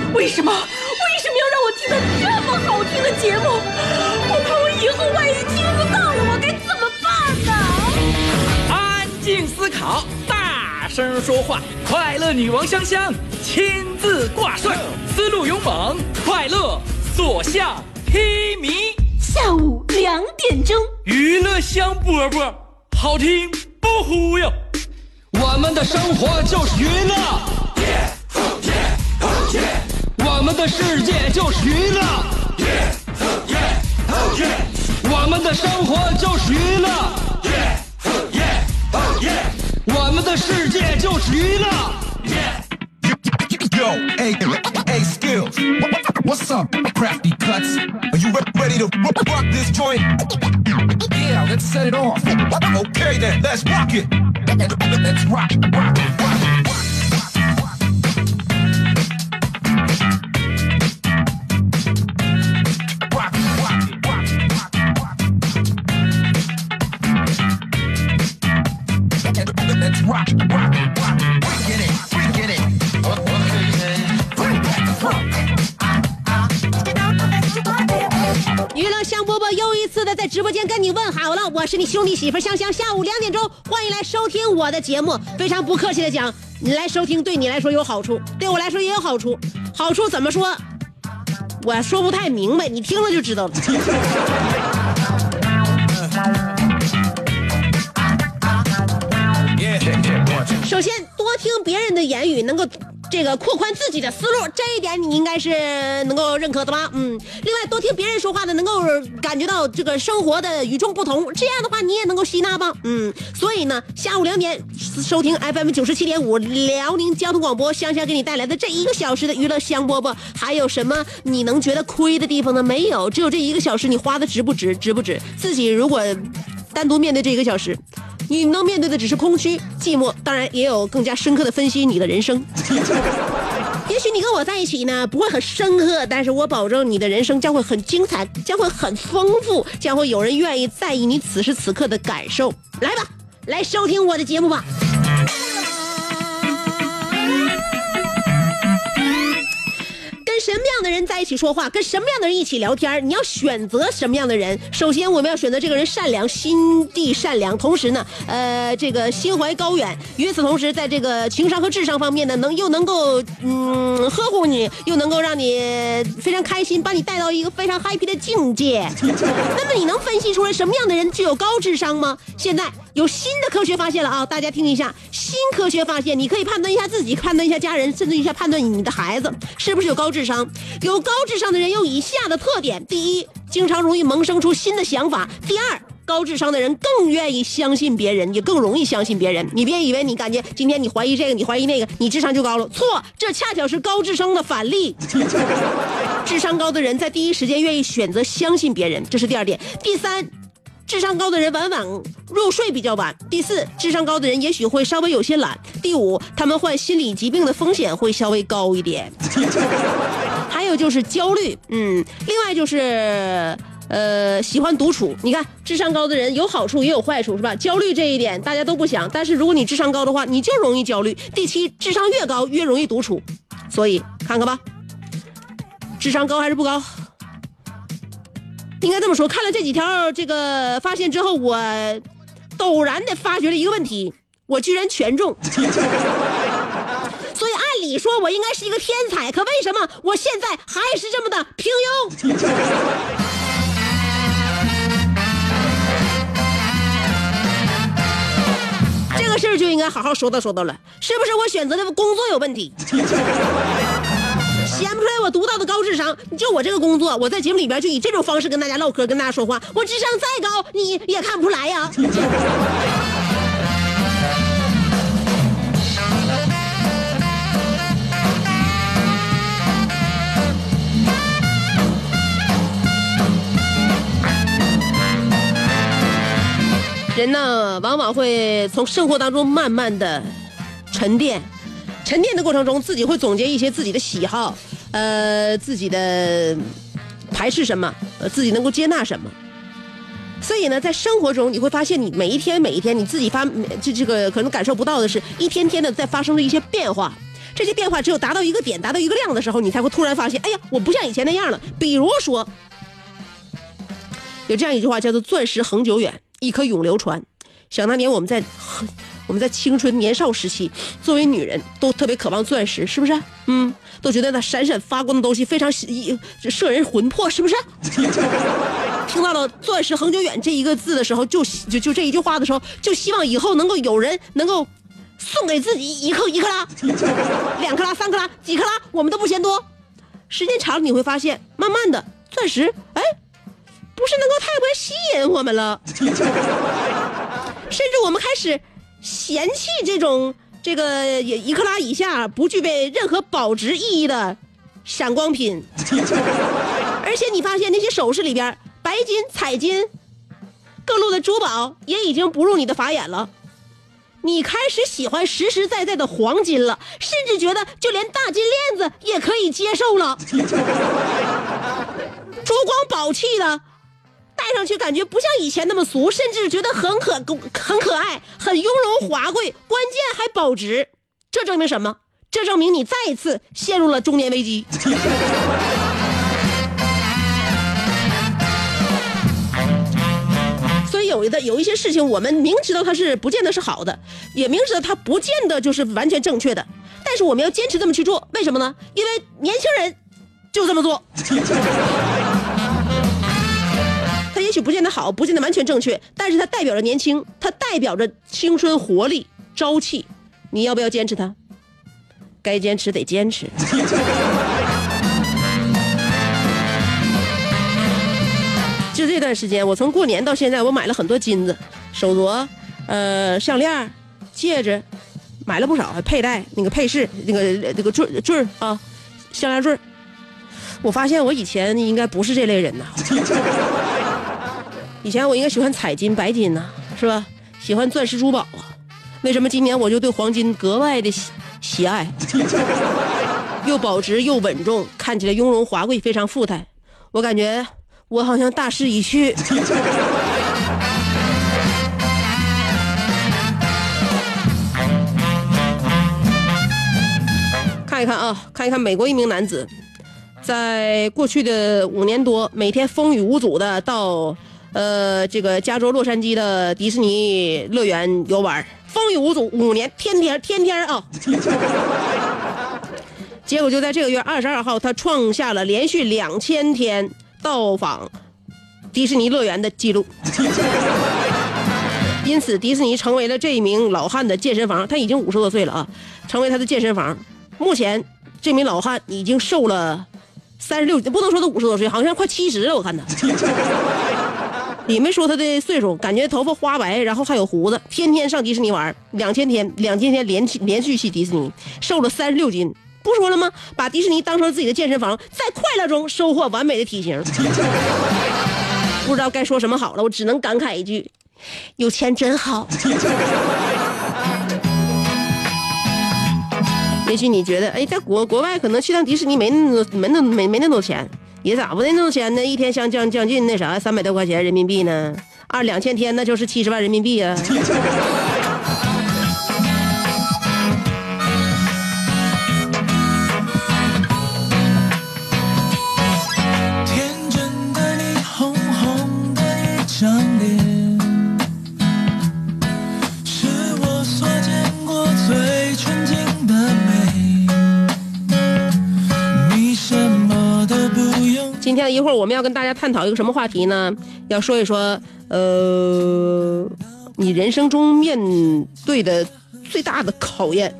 为什么要让我听到这么好听的节目？我怕我以后万一听不到了，我该怎么办呢？ 安静思考，大声说话，快乐女王香香亲自挂帅，思路勇猛，快乐所向披靡。 下午2点钟， 娱乐香饽饽，好听不忽悠。 我们的生活就是娱乐，我们的世界就是娱乐，我们的生活就是娱乐，我们的世界就是娱乐。 Yo, hey, skills. What's up, crafty cuts? Are you ready to rock this joint? Yeah, let's set it off. Okay then, let's rock it. Let's rock. Let's rock. Get it. 娱乐香饽饽又一次的在直播间跟你问好了，我是你兄弟媳妇香香，下午2点钟欢迎来收听我的节目。非常不客气的讲，你来收听对你来说有好处，对我来说也有好处。好处怎么说？我说不太明白，你听了就知道了。首先，多听别人的言语，能够这个扩宽自己的思路，这一点你应该是能够认可的吧？另外，多听别人说话呢，能够感觉到这个生活的与众不同，这样的话你也能够吸纳吧？所以呢，下午2点收听 FM 97.5辽宁交通广播，香香给你带来的这1个小时的娱乐香饽饽，还有什么你能觉得亏的地方呢？没有，只有这1个小时你花的值不值？值不值？自己如果单独面对这1个小时，你能面对的只是空虚、寂寞，当然也有更加深刻的分析你的人生。也许你跟我在一起呢不会很深刻，但是我保证你的人生将会很精彩，将会很丰富，将会有人愿意在意你此时此刻的感受。来吧，来收听我的节目吧。跟什么样的人在一起说话，跟什么样的人一起聊天，你要选择什么样的人。首先我们要选择这个人善良，心地善良，同时呢这个心怀高远，与此同时在这个情商和智商方面呢又能够呵护你，又能够让你非常开心，把你带到一个非常 happy 的境界。那么你能分析出来什么样的人具有高智商吗？现在有新的科学发现了啊，大家听一下，新科学发现，你可以判断一下自己，判断一下家人，甚至一下判断你的孩子是不是有高智商。有高智商的人有以下的特点：第一，经常容易萌生出新的想法；第二，高智商的人更愿意相信别人，也更容易相信别人。你别以为你感觉今天你怀疑这个，你怀疑那个，你智商就高了，错，这恰巧是高智商的反例。智商高的人在第一时间愿意选择相信别人，这是第二点。第三，智商高的人往往入睡比较晚。第四，智商高的人也许会稍微有些懒。第五，他们患心理疾病的风险会稍微高一点。还有就是焦虑，另外就是喜欢独处。你看智商高的人有好处也有坏处，是吧？焦虑这一点大家都不想，但是如果你智商高的话，你就容易焦虑。第七，智商越高越容易独处。所以看看吧，智商高还是不高？应该这么说，看了这几条这个发现之后，我陡然的发觉了一个问题，我居然全中。所以按理说我应该是一个天才，可为什么我现在还是这么的平庸？这个事儿就应该好好说道说道了，是不是我选择的工作有问题？显不出来我独到的高智商，就我这个工作，我在节目里边就以这种方式跟大家唠嗑，跟大家说话，我智商再高你也看不出来呀。人呢往往会从生活当中慢慢的沉淀的过程中，自己会总结一些自己的喜好，自己的排斥什么，自己能够接纳什么。所以呢，在生活中你会发现，你每一天你自己这个可能感受不到的是，一天天的在发生着一些变化。 这些变化只有达到一个点，达到一个量的时候，你才会突然发现，哎呀，我不像以前那样了。比如说，有这样一句话叫做钻石恒久远，亦可永流传。想当年我们在青春年少时期，作为女人都特别渴望钻石，是不是？都觉得那闪闪发光的东西非常摄人魂魄，是不是？听到了钻石恒久远这一个字的时候，就这一句话的时候，就希望以后能够有人能够送给自己1克拉、2克拉、3克拉、几克拉，我们都不嫌多。时间长了你会发现，慢慢的钻石，不是能够太会吸引我们了，甚至我们开始嫌弃这个1克拉以下不具备任何保值意义的闪光品。而且你发现那些首饰里边，白金、彩金、各路的珠宝也已经不入你的法眼了。你开始喜欢实实在在的黄金了，甚至觉得就连大金链子也可以接受了。珠光宝气的，戴上去感觉不像以前那么俗，甚至觉得很可爱，很雍容华贵，关键还保值。这证明什么？这证明你再一次陷入了中年危机。所以有一些事情，我们明知道它是不见得是好的，也明知道它不见得就是完全正确的，但是我们要坚持这么去做。为什么呢？因为年轻人就这么做。它也许不见得好，不见得完全正确，但是它代表着年轻，它代表着青春活力朝气。你要不要坚持它？该坚持得坚持。就这段时间，我从过年到现在，我买了很多金子，手镯、项链、戒指，买了不少，还佩戴那个配饰，那个坠啊，项链坠。我发现我以前应该不是这类人呐。以前我应该喜欢彩金、白金呐，是吧？喜欢钻石珠宝啊。为什么今年我就对黄金格外的喜爱？又保值又稳重，看起来雍容华贵，非常富态。我感觉我好像大势已去。看一看美国一名男子，在过去的5年多，每天风雨无阻的到这个加州洛杉矶的迪士尼乐园游玩，风雨无阻5年，天天啊。结果就在这个月22号，他创下了连续2000天到访迪士尼乐园的记录。因此迪士尼成为了这一名老汉的健身房，他已经50多岁了啊，成为他的健身房。目前这名老汉已经瘦了36，不能说他50多岁，好像快70了，我看他。也没说他的岁数，感觉头发花白，然后还有胡子，天天上迪士尼玩，2000天连续去迪士尼，瘦了36斤。不说了吗？把迪士尼当成自己的健身房，在快乐中收获完美的体型。不知道该说什么好了，我只能感慨一句：有钱真好。也许你觉得，在国外可能去趟迪士尼没那么多钱，也咋不那么多钱呢？一天将近那啥300多块钱人民币呢？2000天那就是70万人民币啊。今天一会儿我们要跟大家探讨一个什么话题呢？要说一说，你人生中面对的最大的考验。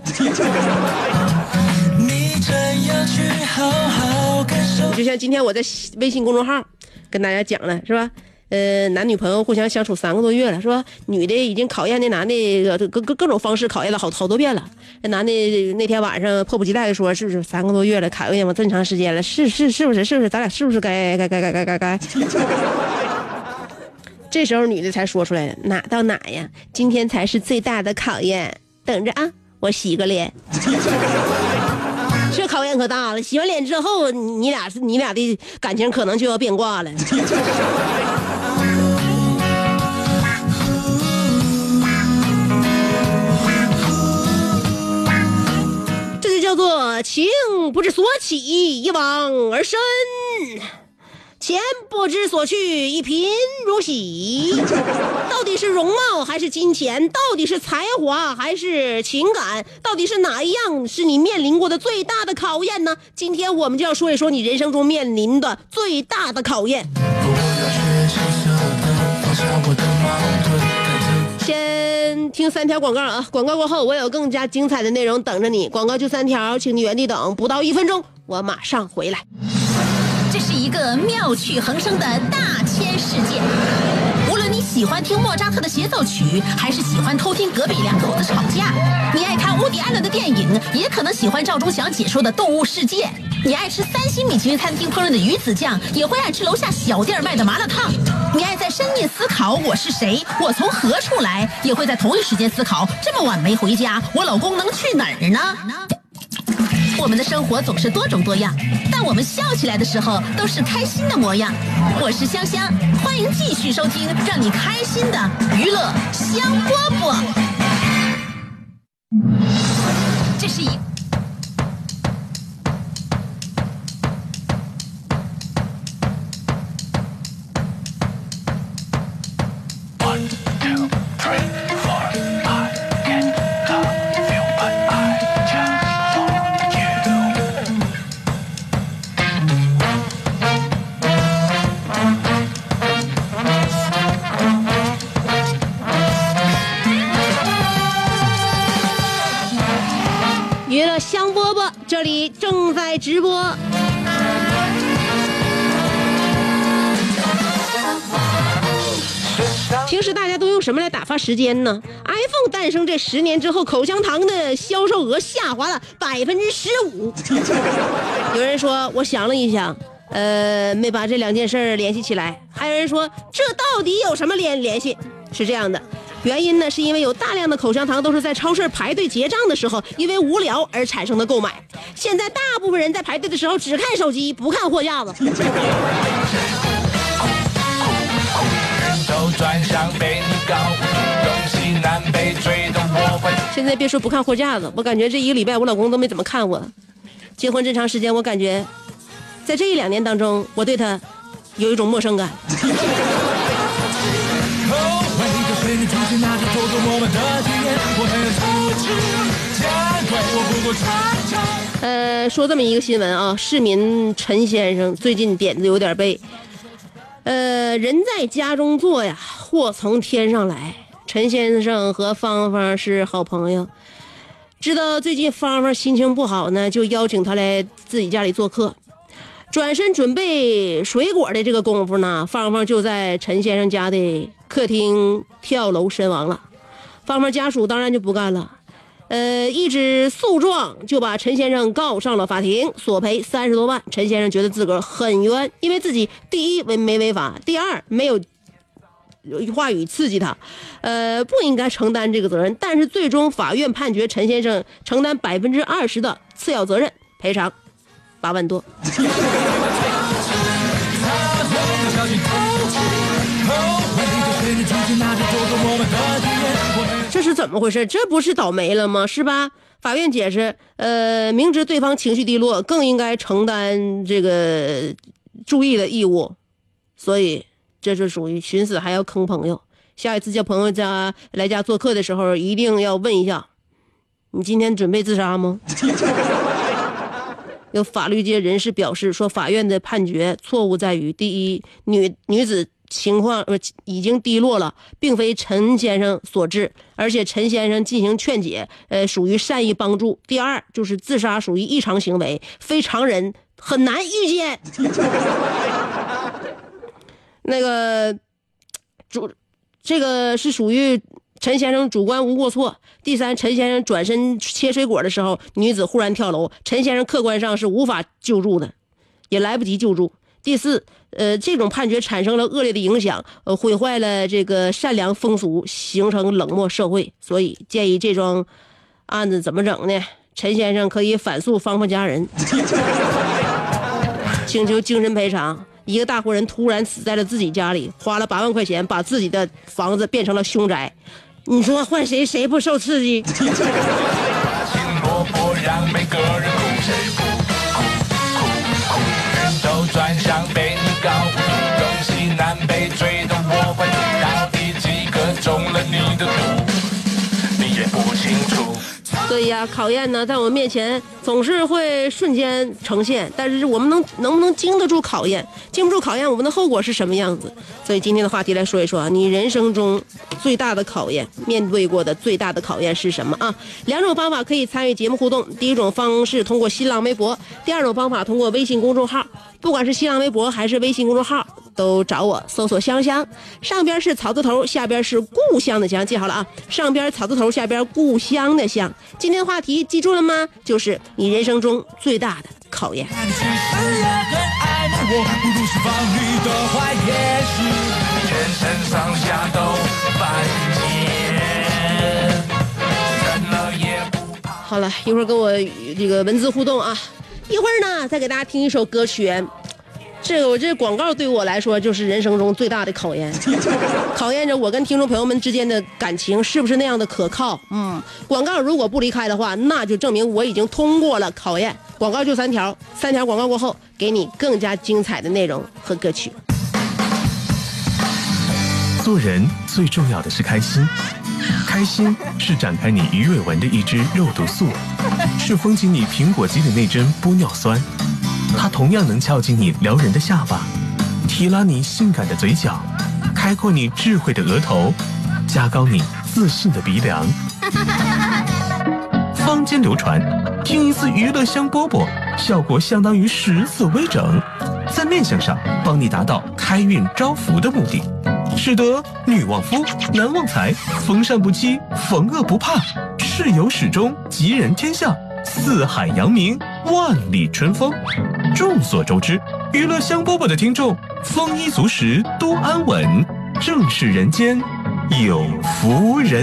就像今天我在微信公众号跟大家讲了，是吧？男女朋友互相相处3个多月了，是吧？女的已经考验那男的各种方式考验了好多遍了。那男的那天晚上迫不及待的说：“是不是3个多月了，考验我这么长时间了？是不是？咱俩是不是该？”这时候女的才说出来：“哪到哪呀？今天才是最大的考验，等着啊，我洗个脸。”这考验可大了，洗完脸之后，你俩的感情可能就要变卦了。这就叫做说情不知所起，一往而深，钱不知所去，一贫如洗。到底是容貌还是金钱？到底是才华还是情感？到底是哪一样是你面临过的最大的考验呢？今天我们就要说一说你人生中面临的最大的考验。先听3条广告啊！广告过后，我有更加精彩的内容等着你。广告就3条，请你原地等，不到1分钟，我马上回来。 这是一个妙趣横生的大千世界。无论你喜欢听莫扎特的协奏曲，还是喜欢偷听隔壁两口子吵架，你爱看乌迪·艾伦的电影，也可能喜欢赵忠祥解说的《动物世界》。你爱吃3星米其林餐厅烹饪的鱼子酱，也会爱吃楼下小店卖的麻辣烫。你爱在深夜思考我是谁，我从何处来，也会在同一时间思考这么晚没回家，我老公能去哪儿呢？我们的生活总是多种多样，但我们笑起来的时候都是开心的模样。我是香香，欢迎继续收听让你开心的娱乐香饽饽。这是一娱乐香饽饽，这里正在直播。平时大家都用什么来打发时间呢？ iPhone 诞生这10年之后，口香糖的销售额下滑了15%。有人说，我想了一想，没把这2件事联系起来。还有人说，这到底有什么联系？是这样的。原因呢，是因为有大量的口香糖都是在超市排队结账的时候，因为无聊而产生的购买。现在大部分人在排队的时候只看手机，不看货架子。现在别说不看货架子，我感觉这1个礼拜我老公都没怎么看我。结婚这长时间，我感觉在这1-2年当中，我对他有一种陌生感。说这么一个新闻啊，市民陈先生最近点子有点背。人在家中坐呀，祸从天上来。陈先生和芳芳是好朋友，知道最近芳芳心情不好呢，就邀请她来自己家里做客。转身准备水果的这个功夫呢，芳芳就在陈先生家的客厅跳楼身亡了。芳芳家属当然就不干了，一纸诉状就把陈先生告上了法庭，索赔30多万。陈先生觉得自个儿很冤，因为自己第一没违法，第二没有话语刺激他，不应该承担这个责任。但是最终法院判决陈先生承担20%的次要责任，赔偿8万多。这是怎么回事？这不是倒霉了吗？是吧？法院解释，明知对方情绪低落，更应该承担这个注意的义务，所以这是属于寻死还要坑朋友。下一次叫朋友家来家做客的时候，一定要问一下，你今天准备自杀吗？有法律界人士表示说，法院的判决错误在于：第一，女子情况已经低落了，并非陈先生所致，而且陈先生进行劝解，属于善意帮助。第二，就是自杀属于异常行为，非常人很难预见。那个这个是属于陈先生主观无过错。第三，陈先生转身切水果的时候，女子忽然跳楼，陈先生客观上是无法救助的，也来不及救助。第四，这种判决产生了恶劣的影响，毁坏了这个善良风俗，形成冷漠社会。所以建议这桩案子怎么整呢？陈先生可以反诉芳芳家人，请求精神赔偿。一个大活人突然死在了自己家里，花了8万块钱把自己的房子变成了凶宅，你说换谁不受刺激？ 所以啊，考验呢，在我们面前总是会瞬间呈现，但是我们能不能经得住考验？经不住考验，我们的后果是什么样子？所以今天的话题来说一说啊，你人生中最大的考验，面对过的最大的考验是什么啊？2种方法可以参与节目互动，第一种方式通过新浪微博，第二种方法通过微信公众号。不管是新浪微博还是微信公众号，都找我搜索香香，上边是草字头，下边是故乡的乡，记好了啊，上边草字头，下边故乡的乡。今天的话题记住了吗？就是你人生中最大的考验。好了，一会儿跟我这个文字互动啊，一会儿呢再给大家听一首歌曲。这广告对我来说就是人生中最大的考验，考验着我跟听众朋友们之间的感情是不是那样的可靠。广告如果不离开的话，那就证明我已经通过了考验。广告就3条，3条广告过后，给你更加精彩的内容和歌曲。 做人最重要的是开心，开心是展开你鱼尾纹的一支肉毒素，是封紧你苹果肌的那针玻尿酸。它同样能翘起你撩人的下巴，提拉你性感的嘴角，开阔你智慧的额头，加高你自信的鼻梁。坊间流传，听一次娱乐香饽饽，效果相当于10次微整，在面相上帮你达到开运招福的目的，使得女旺夫，男旺财，逢善不欺，逢恶不怕，事有始终，吉人天下，四海扬名，万里春风。众所周知，娱乐香饽饽的听众丰衣足食，多安稳，正是人间有福人。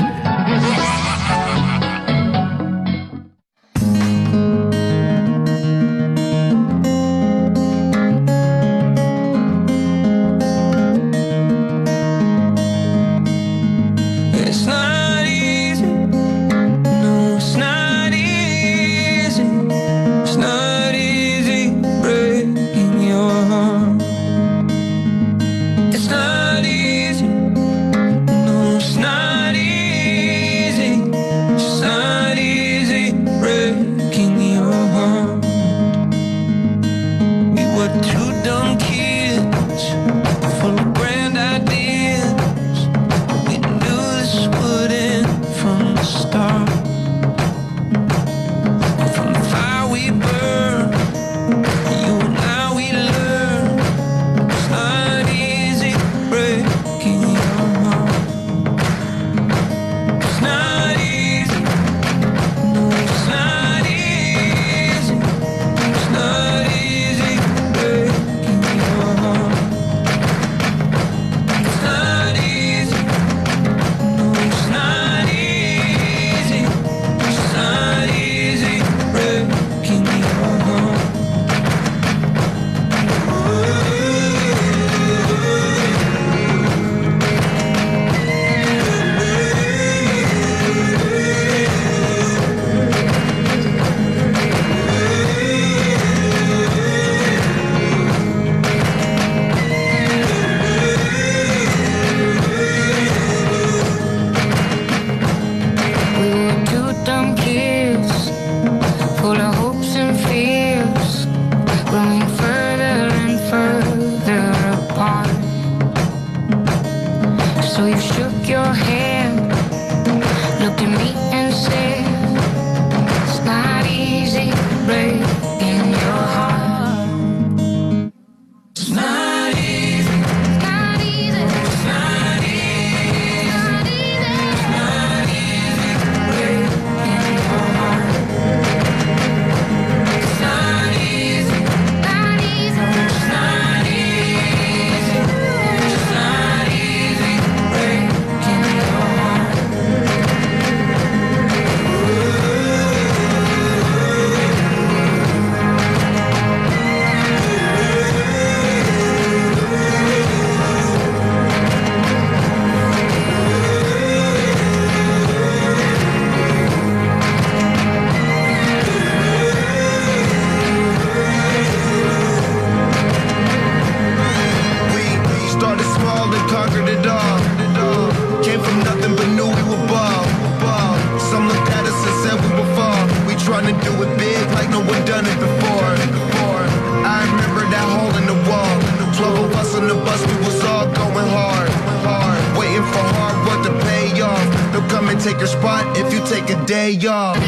us, we was all going hard, waiting for hard work to pay off. They'll come and take your spot if you take a day off.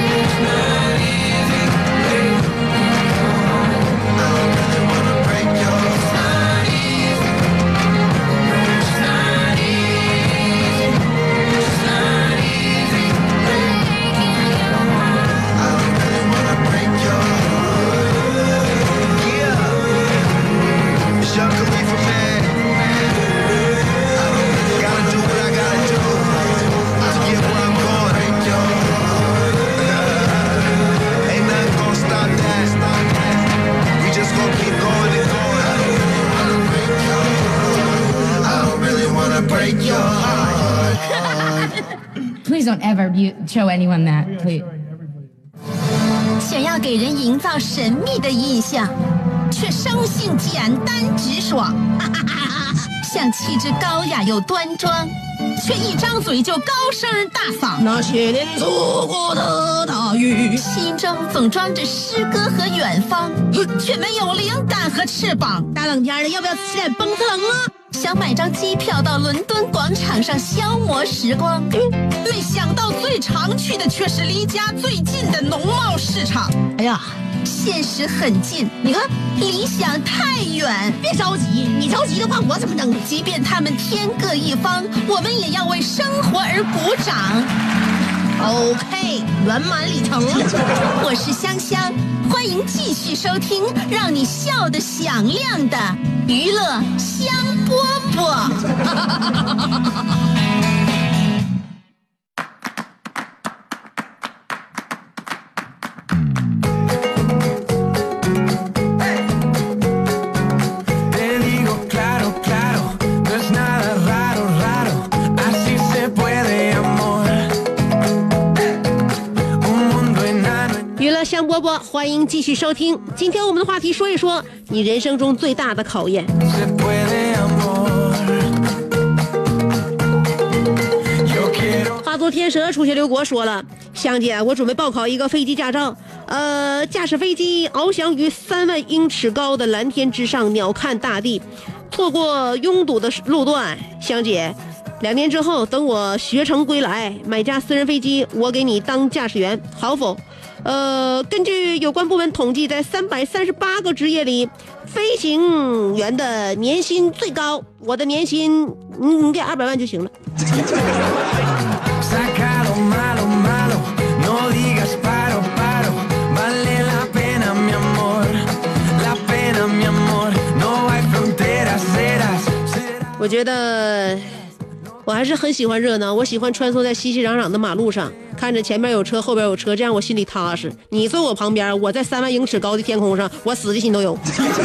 Please don't ever show anyone that, please. 想要给人营造神秘的印象，却生性简单直爽，像气质高雅又端庄，却一张嘴就高声大嗓。 那些年错过的大雨， 心中总装着诗歌和远方，却没有灵感和翅膀。 大冷天的，要不要吃点蹦特冷啊？ 想买张机票到伦敦广场上消磨时光，没想到最常去的却是离家最近的农贸市场。 哎呀， 现实很近，你看理想太远。 别着急，你着急的话我怎么整？ 即便他们天各一方，我们也要为生活而鼓掌。 OK， 圆满礼成了。 我是香香，欢迎继续收听让你笑得响亮的娱乐香饽饽。 香饽饽，欢迎继续收听。今天我们的话题说一说你人生中最大的考验。化作天蛇出血刘国说了，香姐，我准备报考一个飞机驾照，驾驶飞机翱翔于3万英尺高的蓝天之上，鸟瞰大地，错过拥堵的路段。香姐，2年之后等我学成归来，买架私人飞机，我给你当驾驶员，好否？根据有关部门统计，在338个职业里，飞行员的年薪最高。我的年薪，你给200万就行了。我觉得我还是很喜欢热闹，我喜欢穿梭在熙熙攘攘的马路上，看着前面有车后边有车，这样我心里踏实。你坐我旁边，我在3万英尺高的天空上，我死的心都有。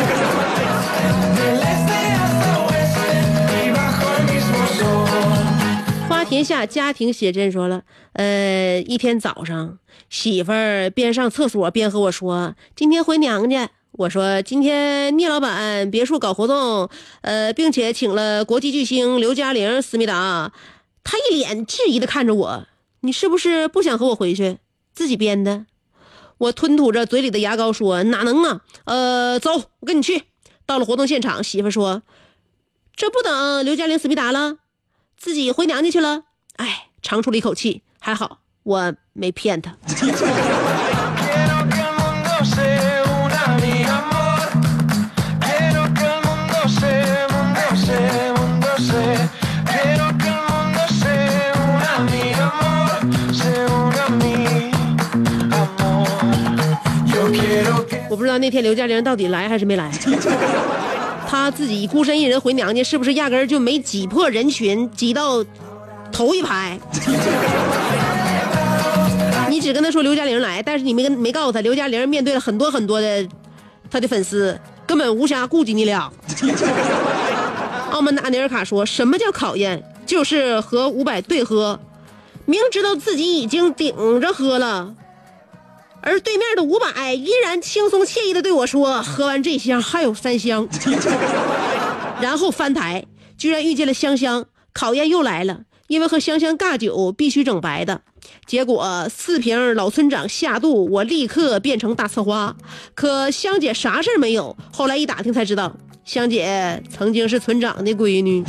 花田下家庭写真说了，一天早上，媳妇儿边上厕所边和我说，今天回娘家。我说今天聂老板别墅搞活动，并且请了国际巨星刘嘉玲、思密达。他一脸质疑的看着我，你是不是不想和我回去？自己编的？我吞吐着嘴里的牙膏说，哪能啊？走，我跟你去。到了活动现场，媳妇说，这不等刘嘉玲、思密达了，自己回娘家去了。哎，长出了一口气，还好我没骗他。我不知道那天刘嘉玲到底来还是没来，她自己孤身一人回娘家，是不是压根儿就没挤破人群，挤到头一排？你只跟她说刘嘉玲来，但是你没告诉她，刘嘉玲面对了很多的她的粉丝，根本无暇顾及你俩。澳门的安尼尔卡说，什么叫考验？就是和500对喝，明知道自己已经顶着喝了，而对面的500依然轻松惬意地对我说，喝完这箱还有3箱。然后翻台，居然遇见了香香，考验又来了， 因为和香香尬酒必须整白的。结果4瓶老村长下肚，我立刻变成大呲花。可香姐啥事没有，后来一打听才知道，香姐曾经是村长的闺女。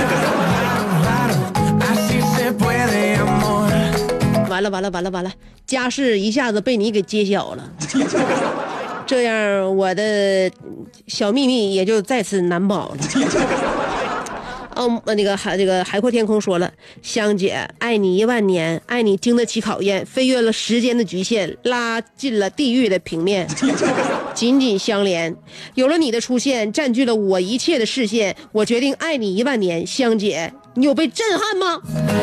完了，家事一下子被你给揭晓了。这样我的小秘密也就在此难保了。这个海阔天空说了，香姐爱你1万年，爱你经得起考验，飞越了时间的局限，拉近了地狱的平面，紧紧相连。有了你的出现，占据了我一切的视线，我决定爱你1万年。香姐，你有被震撼吗？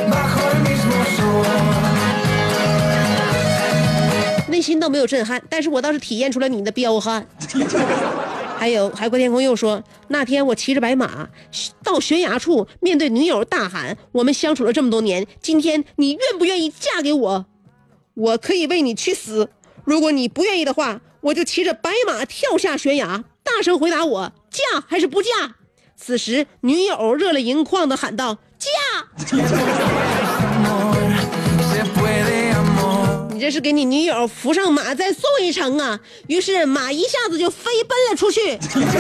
内心倒没有震撼，但是我倒是体验出了你的彪悍。还有海阔天空又说，那天我骑着白马到悬崖处，面对女友大喊，我们相处了这么多年，今天你愿不愿意嫁给我？我可以为你去死，如果你不愿意的话，我就骑着白马跳下悬崖，大声回答我，嫁还是不嫁？此时女友热泪盈眶地喊道，嫁。你这是给你女友扶上马再送一程啊！于是马一下子就飞奔了出去。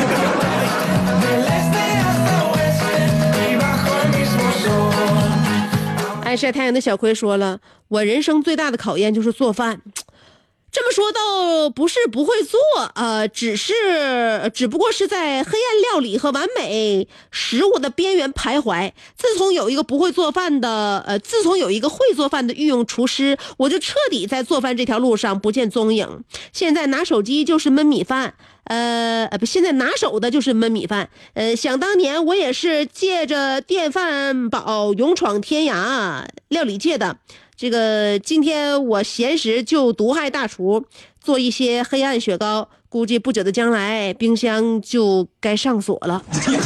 爱晒太阳的小葵说了，我人生最大的考验就是做饭。这么说倒不是不会做，只不过是在黑暗料理和完美食物的边缘徘徊。自从有一个会做饭的御用厨师，我就彻底在做饭这条路上不见踪影。现在拿手机就是焖米饭，现在拿手的就是焖米饭。想当年我也是借着电饭煲勇闯天涯料理界的。这个今天我闲时就毒害大厨，做一些黑暗雪糕，估计不久的将来冰箱就该上锁了。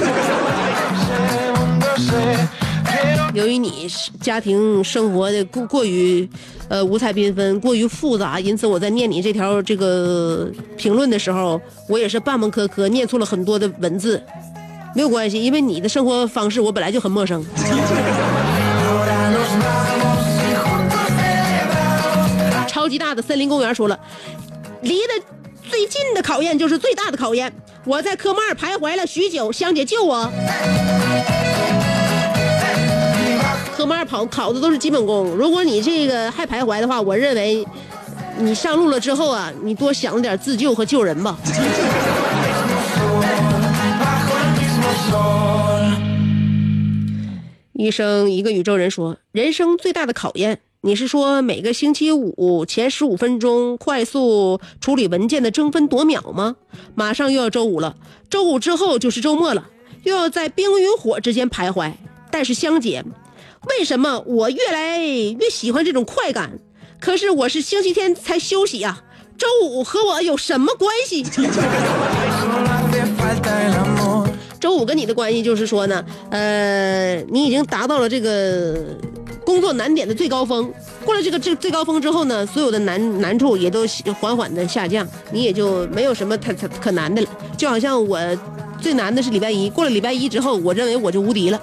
由于你家庭生活的过于五彩缤纷，过于复杂，因此我在念你这条这个评论的时候，我也是半蒙磕磕，念错了很多的文字。没有关系，因为你的生活方式我本来就很陌生。超级大的森林公园说了，离得最近的考验就是最大的考验。我在科目2徘徊了许久，香姐救我。科目2考的都是基本功，如果你这个还徘徊的话，我认为你上路了之后啊，你多想点自救和救人吧。医生一个宇宙人说，人生最大的考验，你是说每个星期五前15分钟快速处理文件的争分夺秒吗？马上又要周五了，周五之后就是周末了，又要在冰与火之间徘徊。但是香姐，为什么我越来越喜欢这种快感？可是我是星期天才休息啊，周五和我有什么关系？周五跟你的关系就是说呢，你已经达到了这个工作难点的最高峰，过了这个最高峰之后呢，所有的难处也都缓缓的下降，你也就没有什么可难的了。就好像我最难的是礼拜一，过了礼拜一之后，我认为我就无敌了。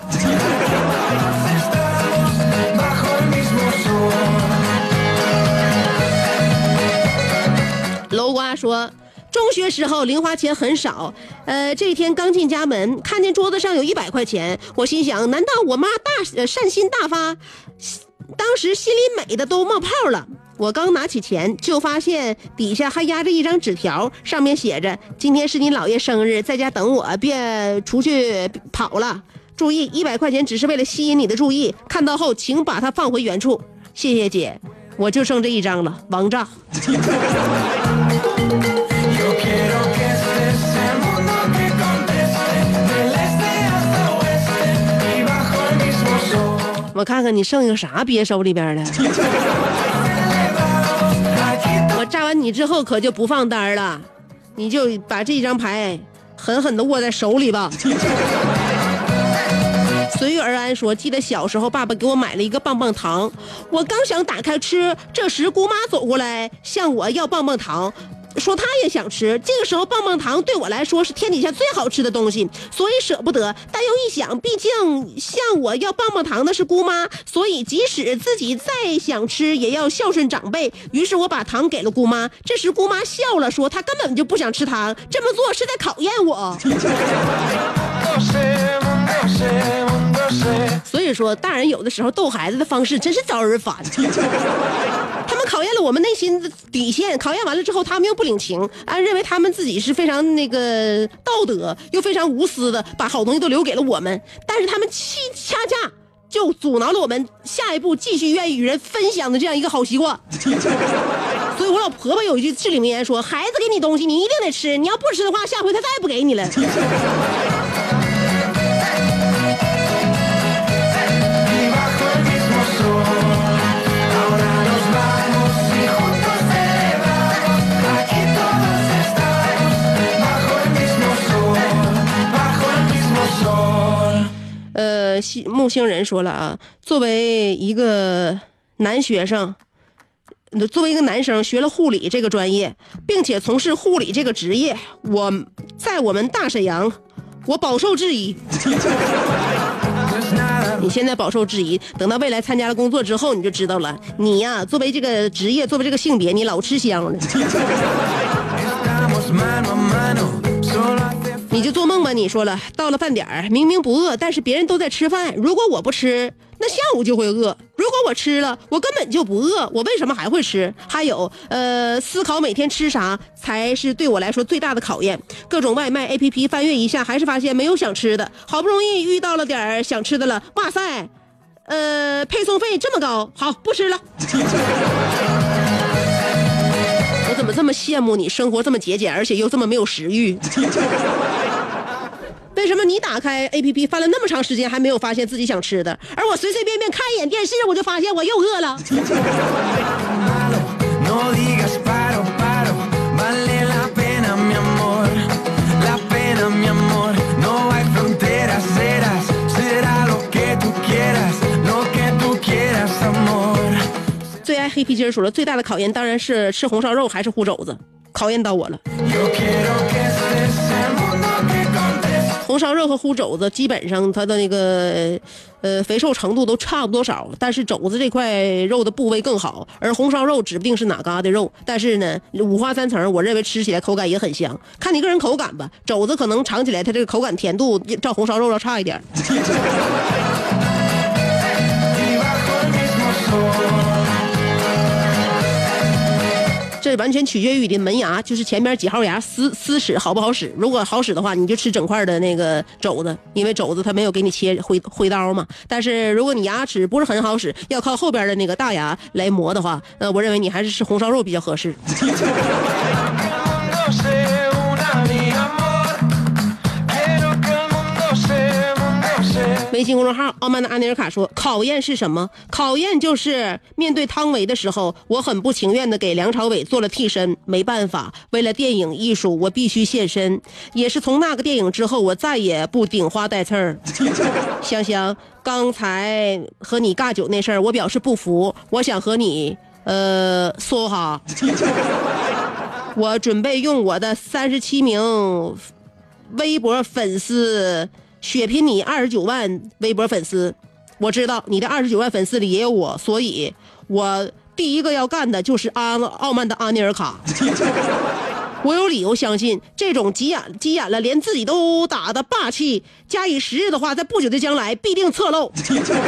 楼瓜说，中学时候零花钱很少，这一天刚进家门，看见桌子上有100块钱，我心想，难道我妈善心大发？当时心里美的都冒泡了。我刚拿起钱，就发现底下还压着一张纸条，上面写着，今天是你姥爷生日，在家等我，别出去跑了。注意，100块钱只是为了吸引你的注意，看到后请把它放回原处。谢谢姐，我就剩这一张了，王炸。我看看你剩下啥憋手里边的。我炸完你之后可就不放单了，你就把这张牌狠狠地握在手里吧。随遇而安说，记得小时候爸爸给我买了一个棒棒糖，我刚想打开吃，这时姑妈走过来向我要棒棒糖， 说他也想吃，这个时候棒棒糖对我来说是天底下最好吃的东西，所以舍不得。但又一想，毕竟向我要棒棒糖的是姑妈，所以即使自己再想吃，也要孝顺长辈。于是我把糖给了姑妈。这时姑妈笑了，说她根本就不想吃糖，这么做是在考验我。所以说，大人有的时候逗孩子的方式真是招人烦。他们考验了我们内心的底线，考验完了之后，他们又不领情，认为他们自己是非常道德又非常无私的，把好东西都留给了我们。但是他们恰恰就阻挠了我们下一步继续愿意与人分享的这样一个好习惯。所以我老婆婆有一句至理名言说：“孩子给你东西，你一定得吃，你要不吃的话，下回他再也不给你了。”木星人说了啊，作为一个男学生，作为一个男生学了护理这个专业，并且从事护理这个职业，我们大沈阳，我饱受质疑。你现在饱受质疑，等到未来参加了工作之后，你就知道了。你呀，作为这个职业，作为这个性别，你老吃香了。你就做梦吧，你说了，到了饭点儿，明明不饿，但是别人都在吃饭，如果我不吃，那下午就会饿。如果我吃了，我根本就不饿，我为什么还会吃？还有思考每天吃啥才是对我来说最大的考验。各种外卖 APP 翻阅一下，还是发现没有想吃的。好不容易遇到了点想吃的了，哇塞，配送费这么高，好，不吃了。我怎么这么羡慕你生活这么节俭，而且又这么没有食欲？为什么你打开 APP 翻了那么长时间还没有发现自己想吃的，而我随随便便看一眼电视，我就发现我又饿了？最爱黑皮筋说了，最大的考验当然是吃红烧肉还是烀肘子，考验到我了。红烧肉和烀肘子基本上它的肥瘦程度都差不多少，但是肘子这块肉的部位更好，而红烧肉指不定是哪嘎的肉，但是呢五花三层，我认为吃起来口感也很香，看你个人口感吧。肘子可能尝起来它这个口感甜度照红烧肉要差一点。这完全取决于你的门牙，就是前面几号牙撕齿好不好使。如果好使的话，你就吃整块的那个肘子，因为肘子它没有给你切挥刀嘛。但是如果你牙齿不是很好使，要靠后边的那个大牙来磨的话，我认为你还是吃红烧肉比较合适。微信公众号傲慢的阿尼尔卡说，考验是什么？考验就是面对汤唯的时候，我很不情愿的给梁朝伟做了替身，没办法，为了电影艺术我必须献身。也是从那个电影之后，我再也不顶花带刺儿。香香，刚才和你尬酒那事儿我表示不服，我想和你说哈，我准备用我的37名微博粉丝血拼你29万微博粉丝。我知道你的29万粉丝里也有我，所以我第一个要干的就是傲慢的阿尼尔卡。我有理由相信，这种急眼了连自己都打的霸气，加以时日的话，在不久的将来必定侧漏。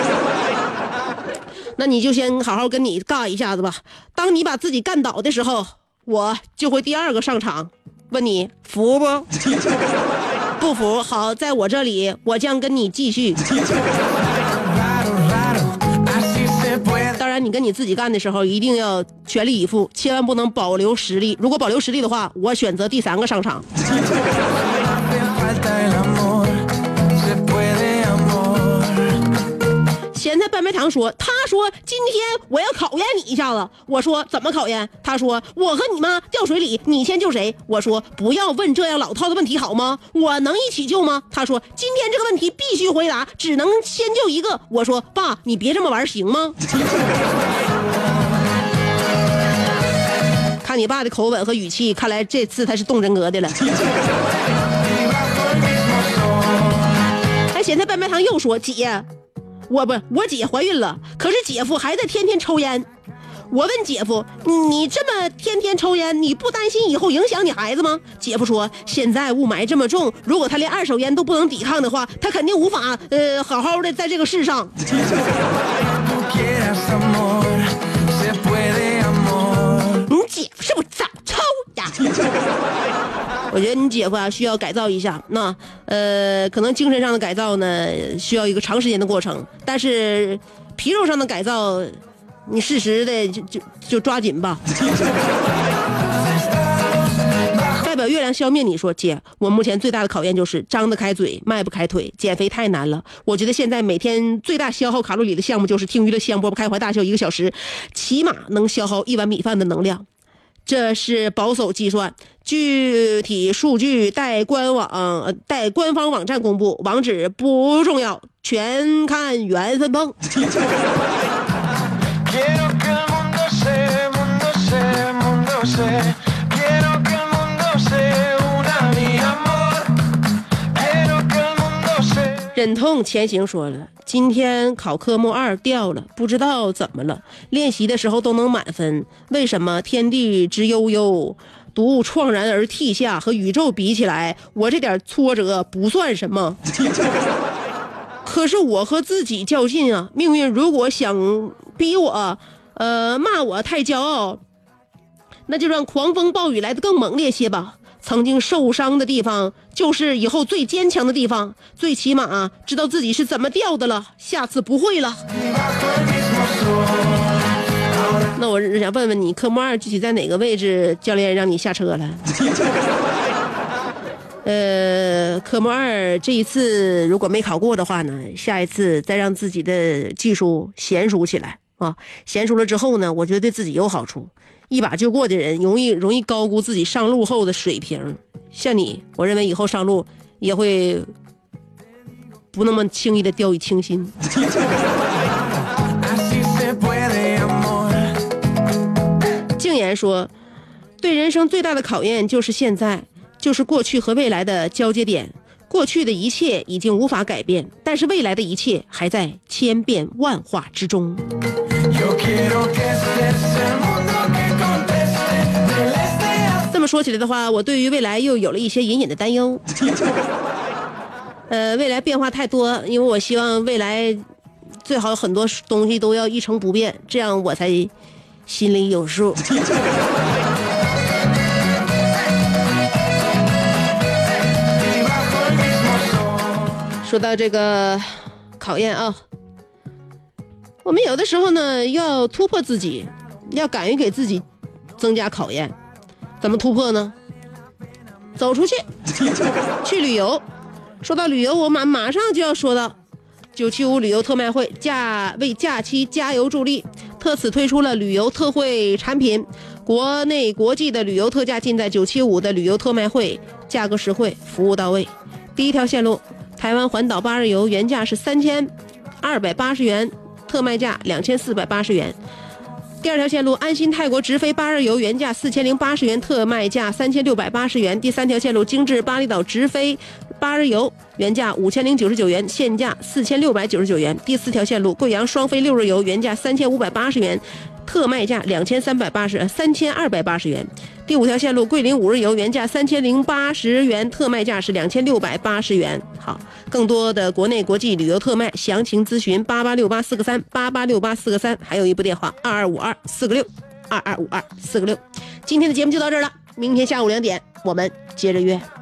那你就先好好跟你尬一下子吧，当你把自己干倒的时候，我就会第二个上场，问你服不？不服，好，在我这里我将跟你继续。当然你跟你自己干的时候一定要全力以赴，千万不能保留实力，如果保留实力的话，我选择第3个上场。咸菜半白糖说，他说今天我要考验你一下子。我说怎么考验？他说我和你妈掉水里，你先救谁？我说不要问这样老套的问题好吗？我能一起救吗？他说今天这个问题必须回答，只能先救一个。我说爸，你别这么玩行吗？ 看你爸的口吻和语气，看来这次他是动真格的了。哎，咸菜拌白糖又说，姐，我姐怀孕了，可是姐夫还在天天抽烟。我问姐夫，你这么天天抽烟，你不担心以后影响你孩子吗？姐夫说，现在雾霾这么重，如果他连二手烟都不能抵抗的话，他肯定无法好好的在这个世上。你姐夫是不是早抽呀？我觉得你姐夫啊需要改造一下，那可能精神上的改造呢需要一个长时间的过程，但是皮肉上的改造，你适时的就抓紧吧。代表月亮消灭你说，姐，我目前最大的考验就是张得开嘴迈不开腿，减肥太难了。我觉得现在每天最大消耗卡路里的项目就是听娱乐香饽饽开怀大笑1个小时，起码能消耗1碗米饭的能量。这是保守计算，具体数据待官方网站公布，网址不重要，全看缘分碰。忍痛前行说了，今天考科目2掉了，不知道怎么了，练习的时候都能满分，为什么天地之悠悠，独怆然而涕下，和宇宙比起来，我这点挫折不算什么。可是我和自己较劲啊，命运如果想逼我骂我太骄傲，那就让狂风暴雨来得更猛烈些吧。曾经受伤的地方就是以后最坚强的地方，最起码知道自己是怎么掉的了，下次不会了。那我想问问你，科目2具体在哪个位置教练让你下车了？科目2这一次如果没考过的话呢，下一次再让自己的技术娴熟起来啊，娴熟了之后呢，我觉得对自己有好处。一把就过的人容易高估自己上路后的水平，像你，我认为以后上路也会不那么轻易的掉以轻心。静言说，对人生最大的考验就是现在，就是过去和未来的交接点。过去的一切已经无法改变，但是未来的一切还在千变万化之中。这么说起来的话，我对于未来又有了一些隐隐的担忧。未来变化太多，因为我希望未来最好很多东西都要一成不变，这样我才心里有数。说到这个考验啊，我们有的时候呢要突破自己，要敢于给自己增加考验。怎么突破呢？走出去，去旅游。说到旅游，我马上就要说到975旅游特卖会，为假期加油助力，特此推出了旅游特惠产品，国内国际的旅游特价尽在975的旅游特卖会，价格实惠，服务到位。第一条线路，台湾环岛8日游原价是3280元，特卖价2480元。第二条线路，安心泰国直飞8日游原价4080元，特卖价3680元。第三条线路，精致巴厘岛直飞8日游原价5099元，现价4699元。第四条线路，贵阳双飞6日游原价3580元，特卖价3280元。第五条线路，桂林5日游原价3080元，特卖价是2680元。好，更多的国内国际旅游特卖详情咨询886843886843，还有一部电话225246225246。今天的节目就到这儿了，明天下午2点我们接着约。